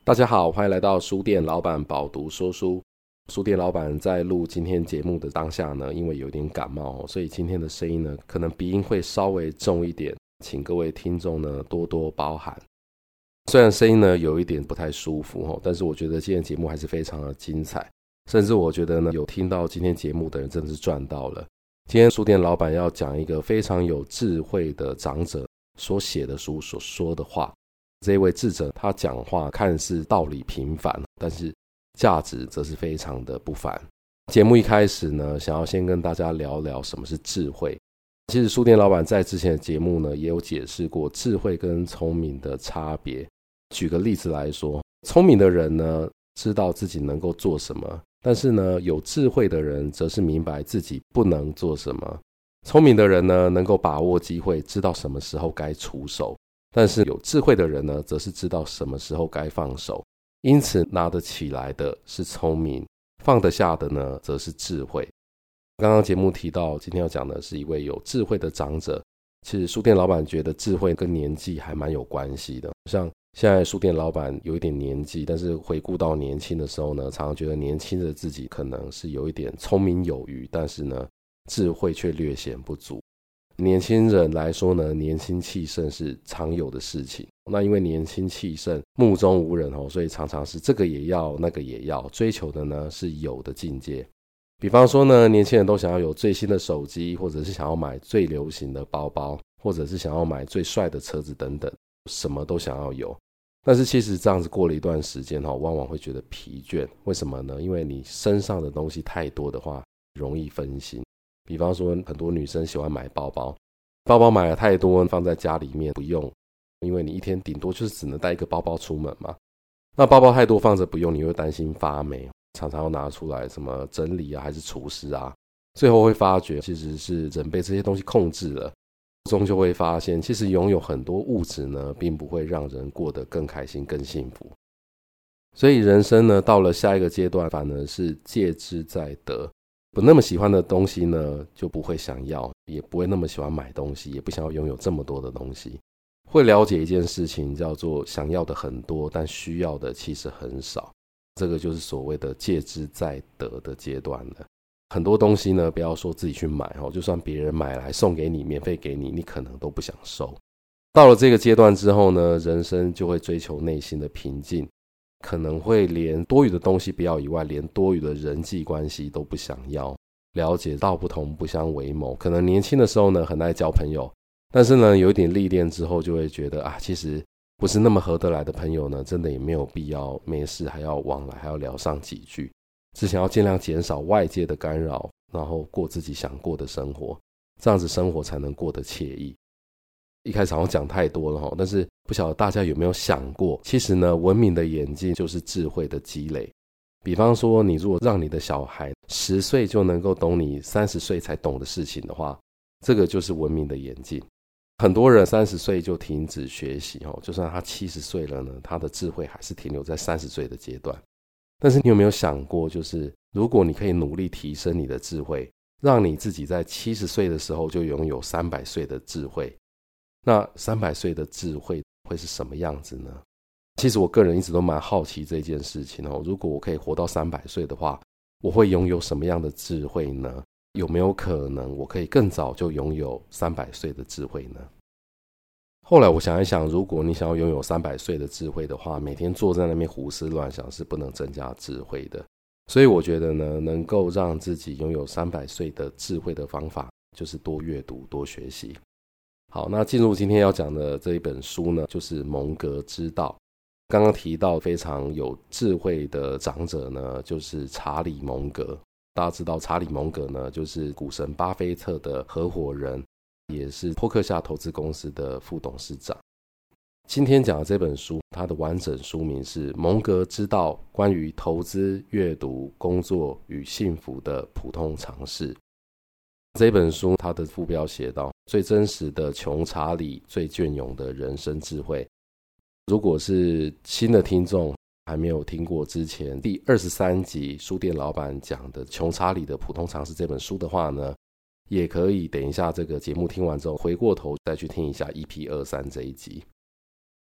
大家好，欢迎来到书店老板饱读说书。书店老板在录今天节目的当下呢，因为有点感冒，所以今天的声音呢，可能鼻音会稍微重一点，请各位听众呢多多包涵。虽然声音呢有一点不太舒服，但是我觉得今天节目还是非常的精彩，甚至我觉得呢，有听到今天节目的人真的是赚到了。今天书店老板要讲一个非常有智慧的长者所写的书所说的话。这位智者他讲话看似道理平凡，但是价值则是非常的不凡。节目一开始呢，想要先跟大家聊聊什么是智慧。其实书店老板在之前的节目呢，也有解释过智慧跟聪明的差别。举个例子来说，聪明的人呢，知道自己能够做什么，但是呢，有智慧的人则是明白自己不能做什么。聪明的人呢，能够把握机会，知道什么时候该出手。但是有智慧的人呢，则是知道什么时候该放手，因此拿得起来的是聪明，放得下的呢，则是智慧。刚刚节目提到，今天要讲的是一位有智慧的长者。其实书店老板觉得智慧跟年纪还蛮有关系的，像现在书店老板有一点年纪，但是回顾到年轻的时候呢，常常觉得年轻的自己可能是有一点聪明有余，但是呢，智慧却略显不足。年轻人来说呢，年轻气盛是常有的事情。那因为年轻气盛，目中无人，所以常常是这个也要那个也要，追求的呢是有的境界。比方说呢，年轻人都想要有最新的手机，或者是想要买最流行的包包，或者是想要买最帅的车子等等，什么都想要有。但是其实这样子过了一段时间，往往会觉得疲倦。为什么呢？因为你身上的东西太多的话，容易分心。比方说很多女生喜欢买包包，包包买了太多放在家里面不用，因为你一天顶多就是只能带一个包包出门嘛。那包包太多放着不用，你会担心发霉，常常要拿出来什么整理啊，还是除湿啊，最后会发觉其实是人被这些东西控制了。终究会发现其实拥有很多物质呢，并不会让人过得更开心更幸福。所以人生呢，到了下一个阶段，反而是戒之在得。不那么喜欢的东西呢，就不会想要，也不会那么喜欢买东西，也不想要拥有这么多的东西。会了解一件事情，叫做想要的很多，但需要的其实很少。这个就是所谓的戒之在得的阶段了。很多东西呢，不要说自己去买，就算别人买来送给你，免费给你，你可能都不想收。到了这个阶段之后呢，人生就会追求内心的平静，可能会连多余的东西不要以外，连多余的人际关系都不想要。了解道不同不相为谋，可能年轻的时候呢很爱交朋友，但是呢有一点历练之后就会觉得其实不是那么合得来的朋友呢，真的也没有必要没事还要往来，还要聊上几句，只想要尽量减少外界的干扰，然后过自己想过的生活，这样子生活才能过得惬意。一开始好像讲太多了，但是不晓得大家有没有想过，其实呢，文明的演进就是智慧的积累。比方说，你如果让你的小孩10岁就能够懂你30岁才懂的事情的话，这个就是文明的演进。很多人30岁就停止学习，就算他70岁了呢，他的智慧还是停留在30岁的阶段。但是你有没有想过，就是如果你可以努力提升你的智慧，让你自己在70岁的时候就拥有300岁的智慧，那300岁的智慧会是什么样子呢？其实我个人一直都蛮好奇这件事情，如果我可以活到300岁的话，我会拥有什么样的智慧呢？有没有可能我可以更早就拥有300岁的智慧呢？后来我想一想，如果你想要拥有300岁的智慧的话，每天坐在那边胡思乱想是不能增加智慧的。所以我觉得呢，能够让自己拥有300岁的智慧的方法，就是多阅读多学习。好，那进入今天要讲的这一本书呢，就是蒙格之道。刚刚提到非常有智慧的长者呢，就是查理蒙格。大家知道查理蒙格呢，就是股神巴菲特的合伙人，也是波克夏投资公司的副董事长。今天讲的这本书，它的完整书名是《蒙格之道：关于投资、阅读、工作与幸福的普通常识》。这本书它的副标写道：最真实的穷查理，最隽永的人生智慧。如果是新的听众还没有听过之前第23集书店老板讲的穷查理的普通常识这本书的话呢，也可以等一下这个节目听完之后回过头再去听一下 EP23 这一集。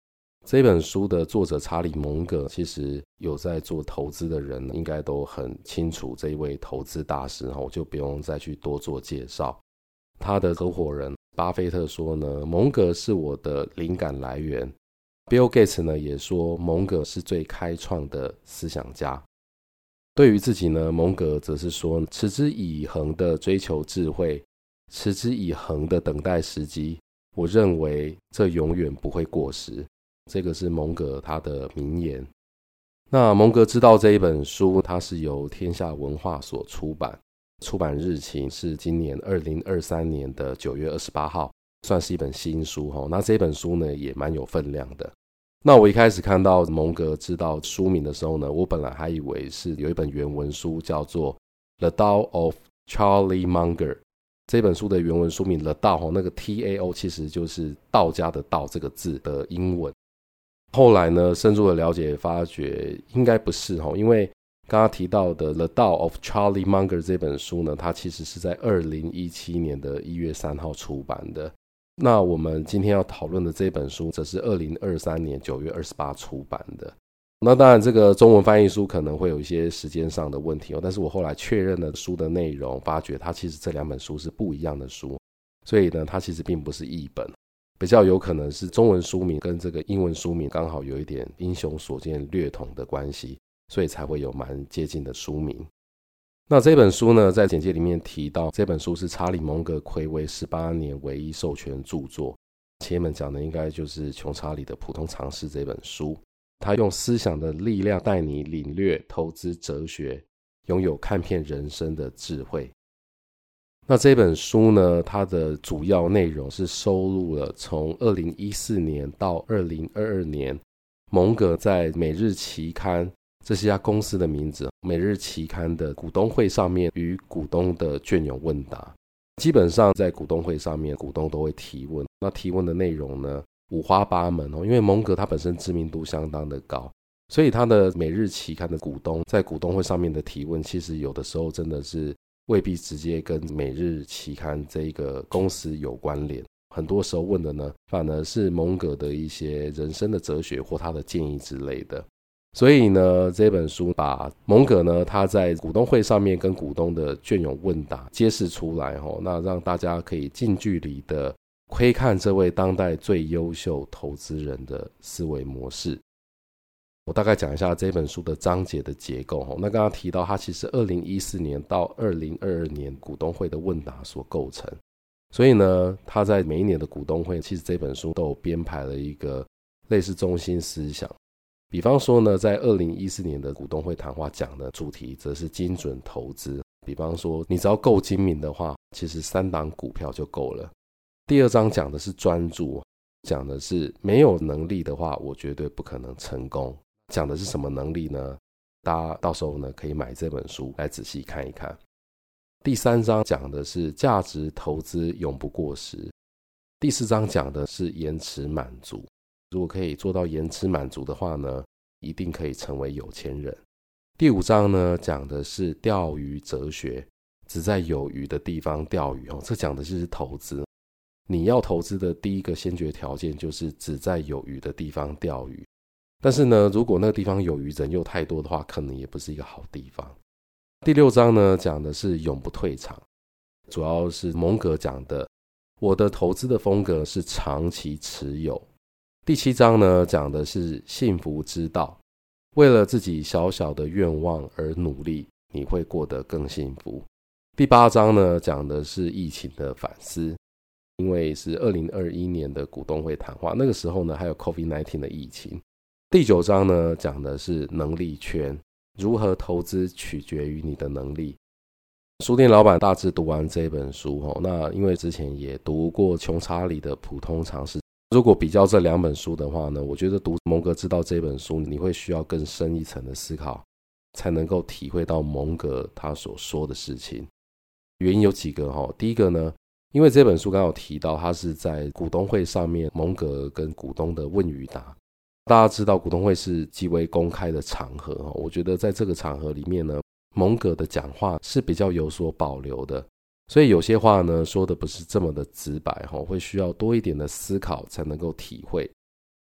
这本书的作者查理蒙格，其实有在做投资的人应该都很清楚这一位投资大师，我就不用再去多做介绍。他的合伙人巴菲特说呢，蒙格是我的灵感来源。Bill Gates 呢也说蒙格是最开创的思想家。对于自己呢，蒙格则是说，持之以恒的追求智慧，持之以恒的等待时机，我认为这永远不会过时。这个是蒙格他的名言。那蒙格知道这一本书，它是由天下文化所出版，出版日期是今年2023年的9月28号，算是一本新书。那这本书呢也蛮有分量的。那我一开始看到蒙格知道书名的时候呢，我本来还以为是有一本原文书叫做 The Tao of Charlie Munger。这本书的原文书名 The Tao， 那个 TAO 其实就是道家的道这个字的英文。后来呢，深入的了解发觉应该不是，因为刚刚提到的 The Tao of Charlie Munger 这本书呢，它其实是在2017年的1月3号出版的。那我们今天要讨论的这本书则是2023年9月28出版的。那当然这个中文翻译书可能会有一些时间上的问题，但是我后来确认了书的内容，发觉它其实这两本书是不一样的书，所以呢它其实并不是译本，比较有可能是中文书名跟这个英文书名刚好有一点英雄所见略同的关系，所以才会有蛮接近的书名。那这本书呢，在简介里面提到，这本书是查理蒙格睽违18年唯一授权著作。前面讲的应该就是穷查理的普通常识这本书，他用思想的力量带你领略投资哲学，拥有看遍人生的智慧。那这本书呢，它的主要内容是收录了从2014年到2022年蒙格在每日期刊，这是一家公司的名字，每日期刊的股东会上面与股东的隽永问答。基本上在股东会上面，股东都会提问，那提问的内容呢五花八门，因为蒙格他本身知名度相当的高，所以他的每日期刊的股东在股东会上面的提问，其实有的时候真的是未必直接跟每日期刊这一个公司有关联，很多时候问的呢反而是蒙格的一些人生的哲学或他的建议之类的。所以呢，这本书把蒙格呢他在股东会上面跟股东的隽永问答揭示出来，那让大家可以近距离的窥看这位当代最优秀投资人的思维模式。我大概讲一下这本书的章节的结构。那刚刚提到它其实2014年到2022年股东会的问答所构成，所以呢他在每一年的股东会，其实这本书都有编排了一个类似中心思想。比方说呢，在2014年的股东会谈话讲的主题则是精准投资，比方说你只要够精明的话，其实3档股票就够了。第二章讲的是专注，讲的是没有能力的话我绝对不可能成功。讲的是什么能力呢？大家到时候呢可以买这本书来仔细看一看。第3章讲的是价值投资永不过时。第4章讲的是延迟满足，如果可以做到延迟满足的话呢，一定可以成为有钱人。第5章呢讲的是钓鱼哲学，只在有鱼的地方钓鱼，这讲的就是投资。你要投资的第一个先决条件就是只在有鱼的地方钓鱼，但是呢如果那个地方有鱼人又太多的话，可能也不是一个好地方。第6章呢讲的是永不退场，主要是蒙格讲的我的投资的风格是长期持有。第7章呢讲的是幸福之道，为了自己小小的愿望而努力，你会过得更幸福。第8章呢讲的是疫情的反思，因为是2021年的股东会谈话，那个时候呢还有 COVID-19 的疫情。第9章呢讲的是能力圈，如何投资取决于你的能力。书店老板大致读完这本书，那因为之前也读过穷查理的普通常识，如果比较这2本书的话呢，我觉得读蒙格知道这本书你会需要更深一层的思考，才能够体会到蒙格他所说的事情。原因有几个，第一个呢，因为这本书刚好提到他是在股东会上面蒙格跟股东的问与答。大家知道股东会是极为公开的场合，我觉得在这个场合里面呢，蒙格的讲话是比较有所保留的，所以有些话呢说的不是这么的直白，会需要多一点的思考才能够体会。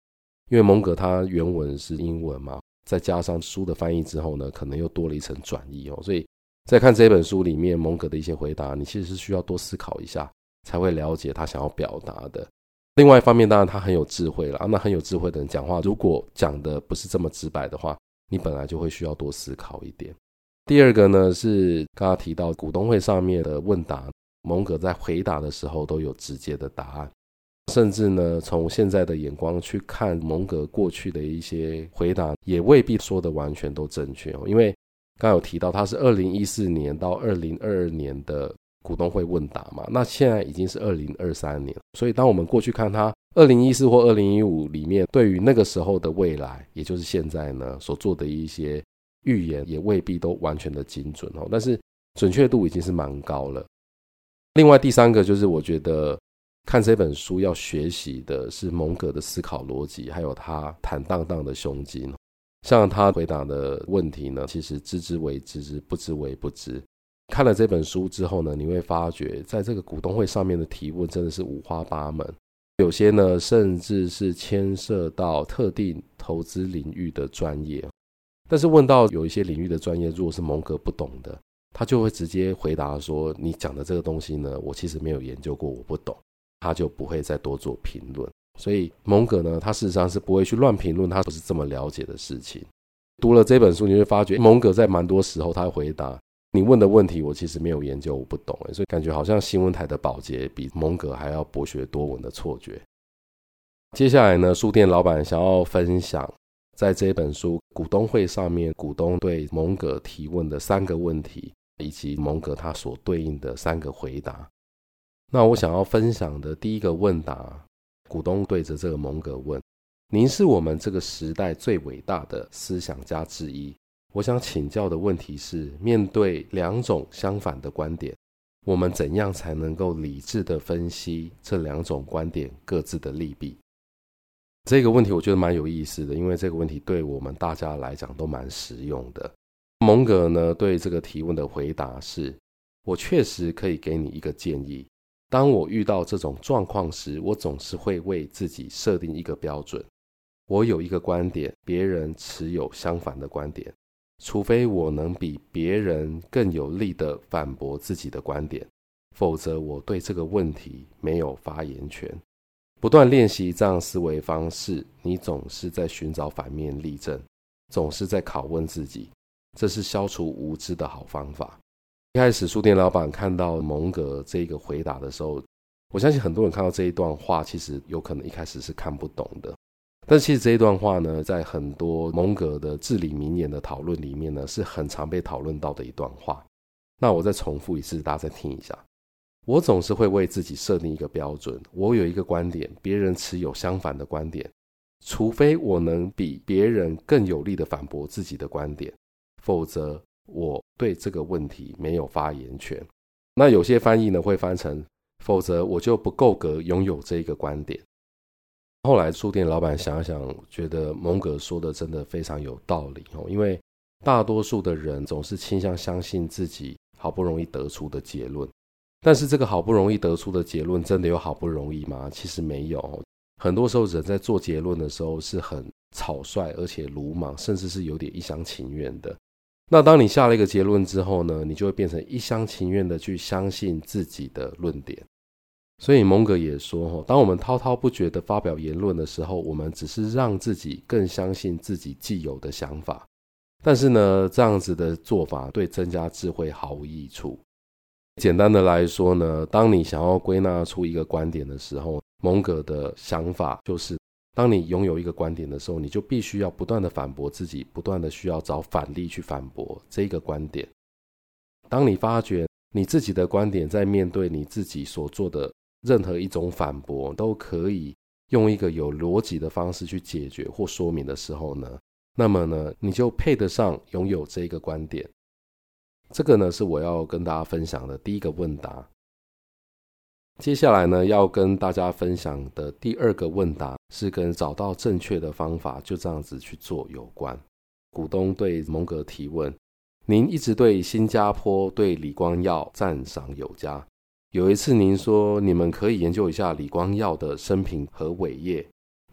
因为蒙格他原文是英文嘛，再加上书的翻译之后呢，可能又多了一层转译所以在看这本书里面蒙格的一些回答，你其实是需要多思考一下，才会了解他想要表达的。另外一方面，当然他很有智慧了那很有智慧的人讲话，如果讲的不是这么直白的话，你本来就会需要多思考一点。第二个呢，是刚刚提到股东会上面的问答，蒙格在回答的时候都有直接的答案，甚至呢从现在的眼光去看蒙格过去的一些回答，也未必说的完全都正确因为刚刚有提到他是2014年到2022年的股东会问答嘛，那现在已经是2023年，所以当我们过去看他2014或2015里面对于那个时候的未来，也就是现在呢所做的一些预言，也未必都完全的精准但是准确度已经是蛮高了。另外第三个就是我觉得看这本书要学习的是蒙格的思考逻辑，还有他坦荡荡的胸襟。像他回答的问题呢，其实知之为知之，不知为不知。看了这本书之后呢，你会发觉在这个股东会上面的提问真的是五花八门，有些呢甚至是牵涉到特定投资领域的专业，但是问到有一些领域的专业，如果是蒙格不懂的，他就会直接回答说你讲的这个东西呢，我其实没有研究过，我不懂，他就不会再多做评论。所以蒙格呢，他事实上是不会去乱评论他不是这么了解的事情。读了这本书，你会发觉蒙格在蛮多时候他会回答你问的问题我其实没有研究，我不懂所以感觉好像新闻台的宝洁比蒙格还要博学多闻的错觉。接下来呢，书店老板想要分享在这本书股东会上面股东对蒙格提问的3个问题，以及蒙格他所对应的3个回答。那我想要分享的第一个问答，股东对着这个蒙格问，您是我们这个时代最伟大的思想家之一，我想请教的问题是，面对2种相反的观点，我们怎样才能够理智地分析这2种观点各自的利弊？这个问题我觉得蛮有意思的，因为这个问题对我们大家来讲都蛮实用的。蒙格呢对这个提问的回答是，我确实可以给你一个建议，当我遇到这种状况时，我总是会为自己设定一个标准，我有一个观点，别人持有相反的观点，除非我能比别人更有力地反驳自己的观点，否则我对这个问题没有发言权。不断练习这样思维方式，你总是在寻找反面例证，总是在拷问自己，这是消除无知的好方法。一开始书店老板看到蒙格这个回答的时候，我相信很多人看到这一段话其实有可能一开始是看不懂的，但其实这一段话呢，在很多蒙格的至理名言的讨论里面呢，是很常被讨论到的一段话。那我再重复一次，大家再听一下。我总是会为自己设定一个标准，我有一个观点，别人持有相反的观点，除非我能比别人更有力地反驳自己的观点，否则我对这个问题没有发言权。那有些翻译呢会翻成，否则我就不够格拥有这个观点。后来书店老板想想，觉得蒙格说的真的非常有道理因为大多数的人总是倾向相信自己好不容易得出的结论，但是这个好不容易得出的结论真的有好不容易吗？其实没有。很多时候人在做结论的时候是很草率而且鲁莽，甚至是有点一厢情愿的。那当你下了一个结论之后呢，你就会变成一厢情愿的去相信自己的论点。所以蒙格也说，当我们滔滔不绝地发表言论的时候，我们只是让自己更相信自己既有的想法，但是呢，这样子的做法对增加智慧毫无益处。简单的来说呢，当你想要归纳出一个观点的时候，蒙格的想法就是当你拥有一个观点的时候，你就必须要不断的反驳自己，不断的需要找反例去反驳这个观点。当你发觉你自己的观点在面对你自己所做的任何一种反驳都可以用一个有逻辑的方式去解决或说明的时候呢，那么呢，你就配得上拥有这个观点。这个呢是我要跟大家分享的第一个问答。接下来呢，要跟大家分享的第2个问答是跟找到正确的方法就这样子去做有关。股东对蒙格提问，您一直对新加坡对李光耀赞赏有加，有一次您说你们可以研究一下李光耀的生平和伟业，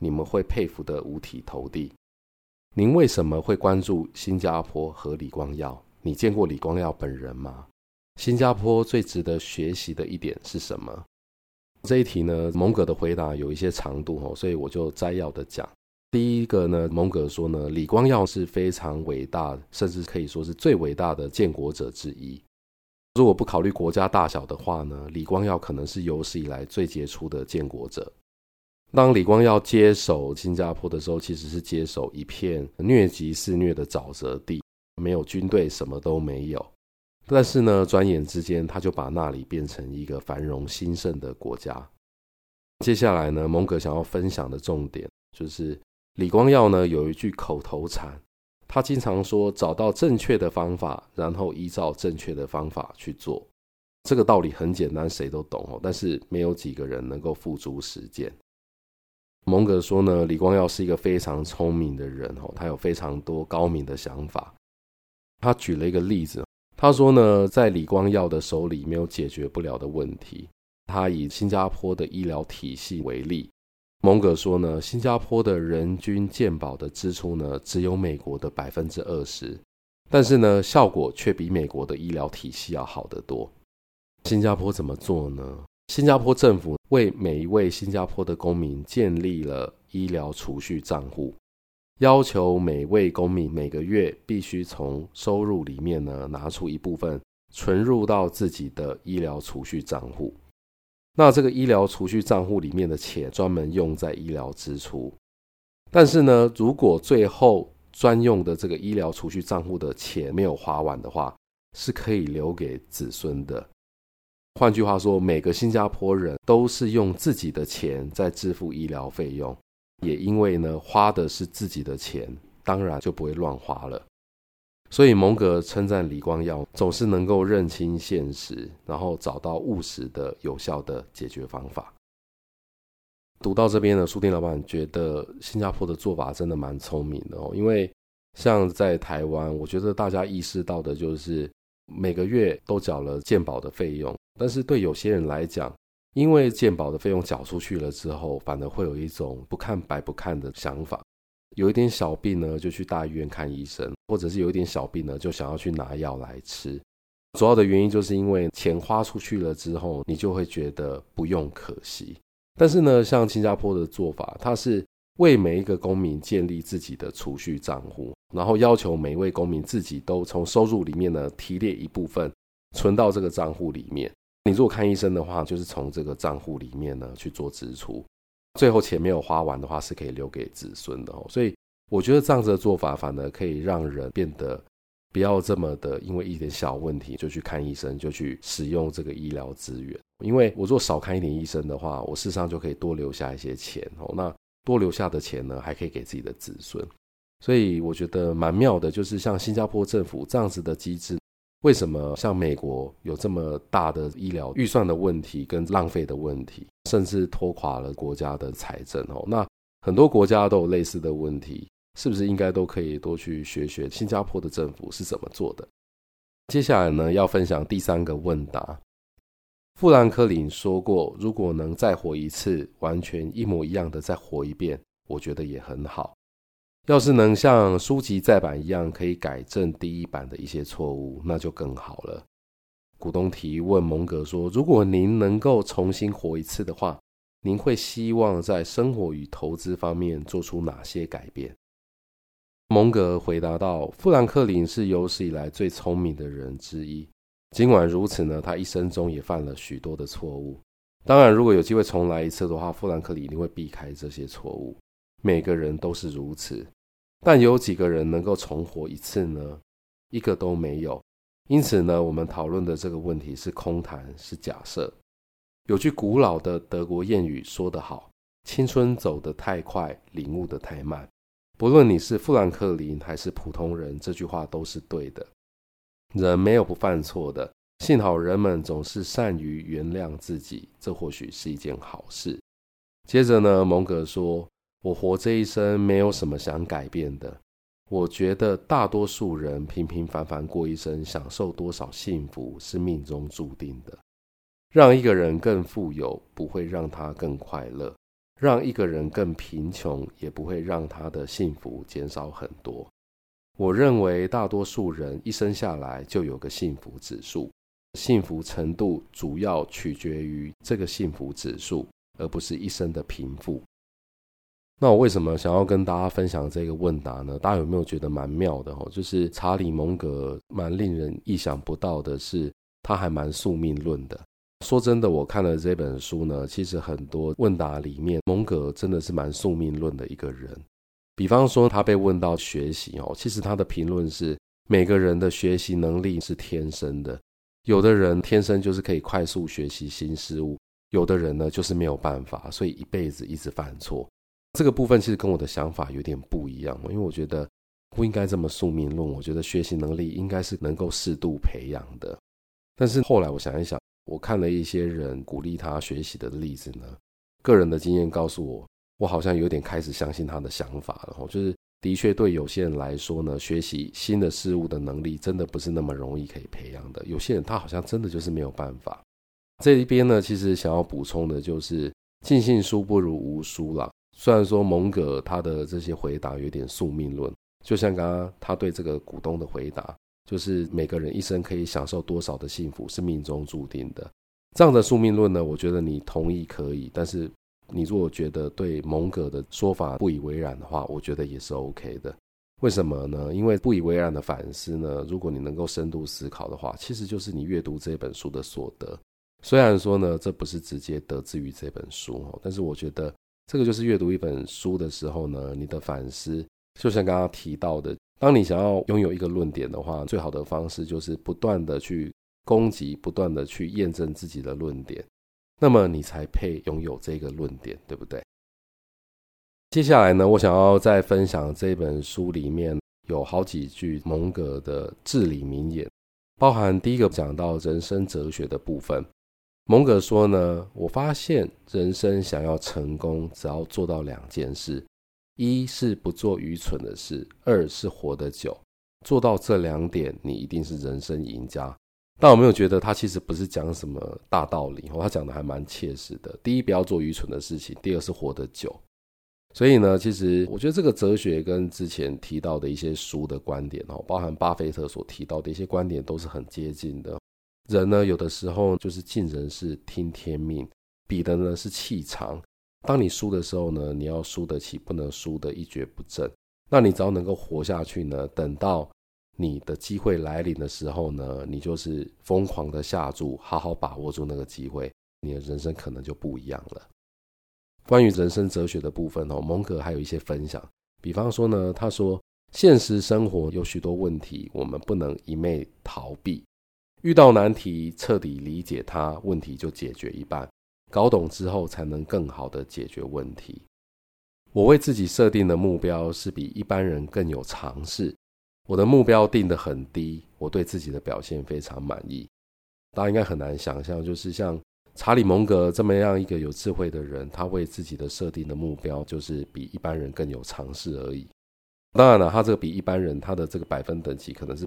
你们会佩服得五体投地。您为什么会关注新加坡和李光耀？你见过李光耀本人吗？新加坡最值得学习的一点是什么？这一题呢，蒙格的回答有一些长度，所以我就摘要的讲。第一个呢，蒙格说呢，李光耀是非常伟大，甚至可以说是最伟大的建国者之一。如果不考虑国家大小的话呢，李光耀可能是有史以来最杰出的建国者。当李光耀接手新加坡的时候，其实是接手一片疟疾肆虐的沼泽地，没有军队，什么都没有。但是呢，转眼之间他就把那里变成一个繁荣兴盛的国家。接下来呢，蒙格想要分享的重点就是李光耀呢有一句口头禅，他经常说找到正确的方法，然后依照正确的方法去做。这个道理很简单，谁都懂，但是没有几个人能够付诸实践。蒙格说呢，李光耀是一个非常聪明的人，他有非常多高明的想法。他举了一个例子，他说呢，在李光耀的手里没有解决不了的问题。他以新加坡的医疗体系为例，蒙格说呢，新加坡的人均健保的支出呢只有美国的 20%， 但是呢效果却比美国的医疗体系要好得多。新加坡怎么做呢？新加坡政府为每一位新加坡的公民建立了医疗储蓄账户，要求每位公民每个月必须从收入里面呢拿出一部分存入到自己的医疗储蓄账户。那这个医疗储蓄账户里面的钱专门用在医疗支出，但是呢，如果最后专用的这个医疗储蓄账户的钱没有花完的话，是可以留给子孙的。换句话说，每个新加坡人都是用自己的钱在支付医疗费用，也因为呢花的是自己的钱，当然就不会乱花了。所以蒙格称赞李光耀总是能够认清现实，然后找到务实的有效的解决方法。读到这边呢，书店老板觉得新加坡的做法真的蛮聪明的，因为像在台湾，我觉得大家意识到的就是每个月都缴了健保的费用，但是对有些人来讲，因为健保的费用缴出去了之后，反而会有一种不看白不看的想法。有一点小病呢，就去大医院看医生，或者是有一点小病呢，就想要去拿药来吃。主要的原因就是因为钱花出去了之后，你就会觉得不用可惜。但是呢，像新加坡的做法，它是为每一个公民建立自己的储蓄账户，然后要求每一位公民自己都从收入里面呢提列一部分存到这个账户里面。你如果看医生的话，就是从这个账户里面呢去做支出，最后钱没有花完的话是可以留给子孙的。所以我觉得这样子的做法反而可以让人变得不要这么的因为一点小问题就去看医生，就去使用这个医疗资源。因为我如果少看一点医生的话，我事实上就可以多留下一些钱，那多留下的钱呢还可以给自己的子孙。所以我觉得蛮妙的，就是像新加坡政府这样子的机制，为什么像美国有这么大的医疗预算的问题跟浪费的问题，甚至拖垮了国家的财政。那很多国家都有类似的问题，是不是应该都可以多去学学新加坡的政府是怎么做的？接下来呢，要分享第三个问答。富兰克林说过，如果能再活一次，完全一模一样的再活一遍，我觉得也很好。要是能像书籍再版一样可以改正第一版的一些错误，那就更好了。股东提问蒙格说，如果您能够重新活一次的话，您会希望在生活与投资方面做出哪些改变？蒙格回答道，富兰克林是有史以来最聪明的人之一，尽管如此呢，他一生中也犯了许多的错误。当然如果有机会重来一次的话，富兰克林一定会避开这些错误，每个人都是如此。但有几个人能够重活一次呢？一个都没有。因此呢，我们讨论的这个问题是空谈，是假设。有句古老的德国谚语说得好，青春走得太快，领悟得太慢。不论你是富兰克林还是普通人，这句话都是对的。人没有不犯错的，幸好人们总是善于原谅自己，这或许是一件好事。接着呢，蒙格说，我活这一生没有什么想改变的。我觉得大多数人平平凡凡过一生，享受多少幸福是命中注定的。让一个人更富有，不会让他更快乐； 让一个人更贫穷，也不会让他的幸福减少很多。我认为大多数人一生下来就有个幸福指数，幸福程度主要取决于这个幸福指数，而不是一生的贫富。那我为什么想要跟大家分享这个问答呢？大家有没有觉得蛮妙的？就是查理蒙格蛮令人意想不到的是，他还蛮宿命论的。说真的，我看了这本书呢，其实很多问答里面，蒙格真的是蛮宿命论的一个人。比方说他被问到学习，其实他的评论是每个人的学习能力是天生的，有的人天生就是可以快速学习新事物，有的人呢就是没有办法，所以一辈子一直犯错。这个部分其实跟我的想法有点不一样，因为我觉得不应该这么宿命论，我觉得学习能力应该是能够适度培养的。但是后来我想一想，我看了一些人鼓励他学习的例子呢，个人的经验告诉我，我好像有点开始相信他的想法了。就是的确对有些人来说呢，学习新的事物的能力真的不是那么容易可以培养的，有些人他好像真的就是没有办法。这一边呢，其实想要补充的就是尽信书不如无书啦。虽然说蒙格他的这些回答有点宿命论，就像刚刚他对这个股东的回答，就是每个人一生可以享受多少的幸福是命中注定的。这样的宿命论呢，我觉得你同意可以，但是你如果觉得对蒙格的说法不以为然的话，我觉得也是 OK 的。为什么呢？因为不以为然的反思呢，如果你能够深度思考的话，其实就是你阅读这本书的所得。虽然说呢，这不是直接得自于这本书，但是我觉得这个就是阅读一本书的时候呢，你的反思就像刚刚提到的，当你想要拥有一个论点的话，最好的方式就是不断的去攻击，不断的去验证自己的论点，那么你才配拥有这个论点，对不对？接下来呢，我想要再分享这本书里面有好几句蒙格的至理名言，包含第一个讲到人生哲学的部分。蒙格说呢，我发现人生想要成功，只要做到2件事，一是不做愚蠢的事，二是活得久。做到这2点，你一定是人生赢家。但我没有觉得他其实不是讲什么大道理，他讲的还蛮切实的。第一，不要做愚蠢的事情；第二是活得久。所以呢，其实我觉得这个哲学跟之前提到的一些书的观点，包含巴菲特所提到的一些观点都是很接近的。人呢，有的时候就是尽人事听天命，比的呢是气长。当你输的时候呢，你要输得起，不能输得一蹶不振。那你只要能够活下去呢，等到你的机会来临的时候呢，你就是疯狂的下注，好好把握住那个机会，你的人生可能就不一样了。关于人生哲学的部分，蒙格还有一些分享。比方说呢，他说现实生活有许多问题，我们不能一昧逃避，遇到难题彻底理解它，问题就解决一半，搞懂之后才能更好的解决问题。我为自己设定的目标是比一般人更有尝试，我的目标定得很低，我对自己的表现非常满意。大家应该很难想象，就是像查理蒙格这么样一个有智慧的人，他为自己的设定的目标就是比一般人更有尝试而已。当然了，他这个比一般人，他的这个百分等级可能是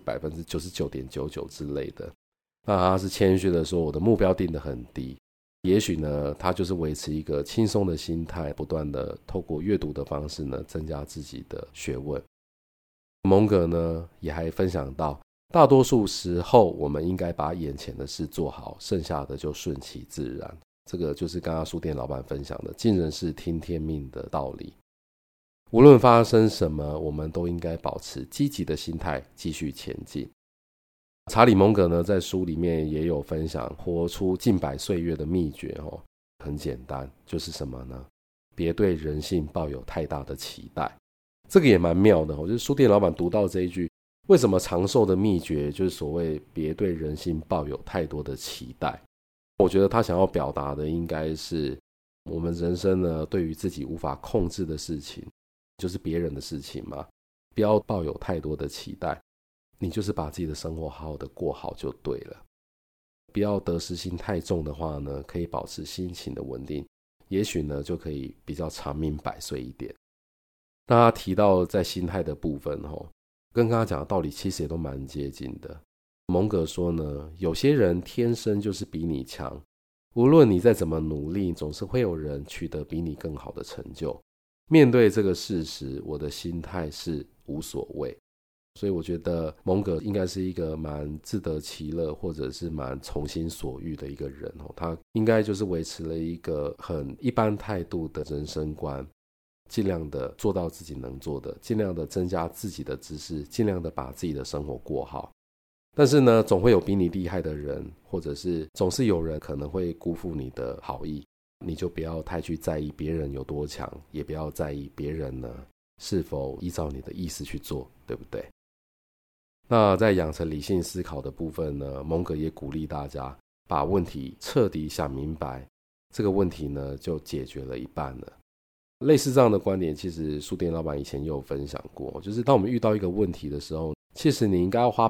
99.99% 之类的。那他是谦虚的说，我的目标定得很低。也许呢，他就是维持一个轻松的心态，不断的透过阅读的方式呢，增加自己的学问。蒙格呢，也还分享到，大多数时候我们应该把眼前的事做好，剩下的就顺其自然。这个就是刚刚书店老板分享的尽人事听天命的道理。无论发生什么，我们都应该保持积极的心态，继续前进。查理蒙格呢，在书里面也有分享活出近100岁月的秘诀，很简单，就是什么呢？别对人性抱有太大的期待。这个也蛮妙的，就是书店老板读到这一句，为什么长寿的秘诀就是所谓别对人性抱有太多的期待。我觉得他想要表达的应该是，我们人生呢，对于自己无法控制的事情，就是别人的事情嘛，不要抱有太多的期待，你就是把自己的生活好好的过好就对了。不要得失心太重的话呢，可以保持心情的稳定，也许呢就可以比较长命100岁一点。那他提到在心态的部分，跟刚刚讲的道理其实也都蛮接近的。蒙格说呢，有些人天生就是比你强， 无论你再怎么努力，总是会有人取得比你更好的成就。面对这个事实，我的心态是无所谓。所以我觉得蒙格应该是一个蛮自得其乐，或者是蛮从心所欲的一个人。他应该就是维持了一个很一般态度的人生观，尽量的做到自己能做的，尽量的增加自己的知识，尽量的把自己的生活过好。但是呢，总会有比你厉害的人，或者是总是有人可能会辜负你的好意，你就不要太去在意别人有多强，也不要在意别人呢是否依照你的意思去做，对不对？那在养成理性思考的部分呢，蒙格也鼓励大家把问题彻底想明白，这个问题呢就解决了一半了。类似这样的观点，其实书店老板以前也有分享过，就是当我们遇到一个问题的时候，其实你应该要花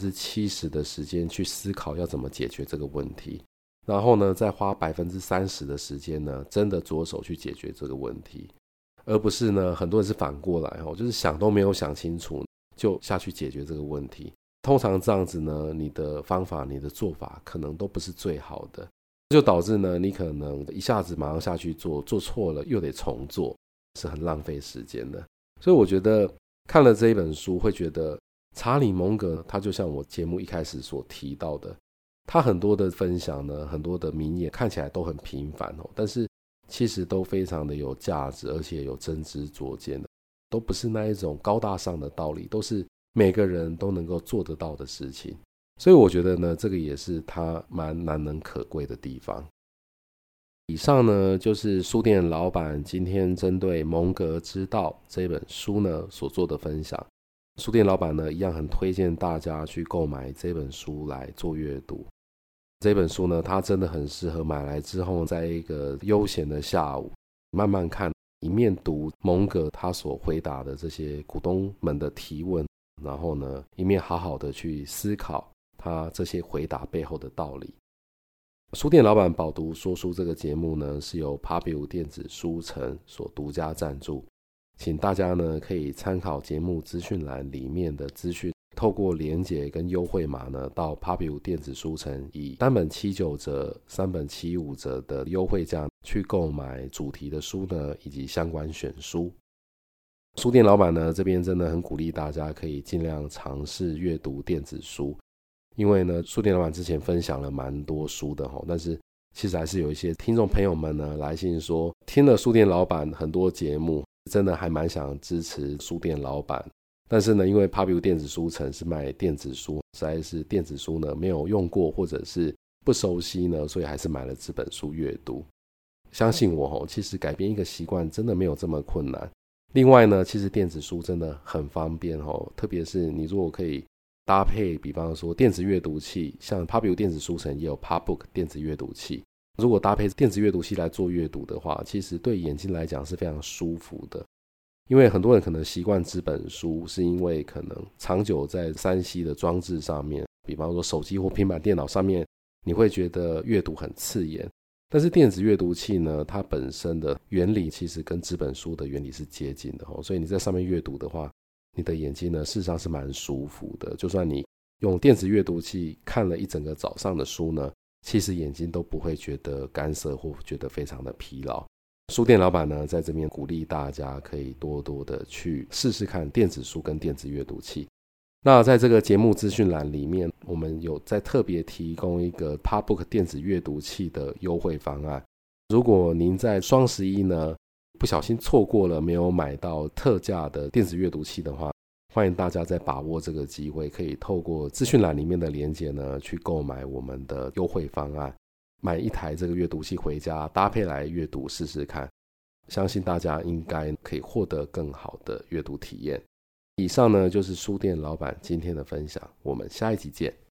70% 的时间去思考要怎么解决这个问题，然后呢再花 30% 的时间呢真的着手去解决这个问题，而不是呢很多人是反过来，就是想都没有想清楚就下去解决这个问题。通常这样子呢，你的方法你的做法可能都不是最好的，就导致呢你可能一下子马上下去做，做错了又得重做，是很浪费时间的。所以我觉得看了这一本书会觉得查理蒙格他就像我节目一开始所提到的，他很多的分享呢，很多的名言看起来都很平凡但是其实都非常的有价值，而且有真知灼见的，都不是那一种高大上的道理，都是每个人都能够做得到的事情。所以我觉得呢，这个也是他蛮难能可贵的地方。以上呢就是书店老板今天针对《蒙格之道》这本书呢所做的分享。书店老板呢一样很推荐大家去购买这本书来做阅读。这本书呢它真的很适合买来之后在一个悠闲的下午慢慢看，一面读蒙格他所回答的这些股东们的提问，然后呢一面好好的去思考他这些回答背后的道理。书店老板饱读说书这个节目呢是由 Pubu 电子书城所独家赞助，请大家呢可以参考节目资讯栏里面的资讯，透过连结跟优惠码呢到 Pubu 电子书城，以单本79折、3本75折的优惠价去购买主题的书呢以及相关选书。书店老板呢这边真的很鼓励大家可以尽量尝试阅读电子书，因为呢书店老板之前分享了蛮多书的但是其实还是有一些听众朋友们呢来信说听了书店老板很多节目，真的还蛮想支持书店老板，但是呢因为 Pubu 电子书城是卖电子书，实在是电子书呢没有用过或者是不熟悉呢，所以还是买了这本书阅读。相信我其实改变一个习惯真的没有这么困难。另外呢其实电子书真的很方便特别是你如果可以搭配比方说电子阅读器，像 Pubu 电子书城也有 Pubbook 电子阅读器，如果搭配电子阅读器来做阅读的话，其实对眼睛来讲是非常舒服的。因为很多人可能习惯纸本书，是因为可能长久在 3C 的装置上面，比方说手机或平板电脑上面，你会觉得阅读很刺眼。但是电子阅读器呢，它本身的原理其实跟纸本书的原理是接近的所以你在上面阅读的话，你的眼睛呢事实上是蛮舒服的。就算你用电子阅读器看了一整个早上的书呢，其实眼睛都不会觉得干涩或觉得非常的疲劳。书店老板呢在这边鼓励大家可以多多的去试试看电子书跟电子阅读器。那在这个节目资讯栏里面，我们有在特别提供一个 Pubbook 电子阅读器的优惠方案。如果您在双11呢不小心错过了没有买到特价的电子阅读器的话，欢迎大家再把握这个机会，可以透过资讯栏里面的连结呢去购买我们的优惠方案，买一台这个阅读器回家搭配来阅读试试看，相信大家应该可以获得更好的阅读体验。以上呢就是书店老板今天的分享，我们下一集见。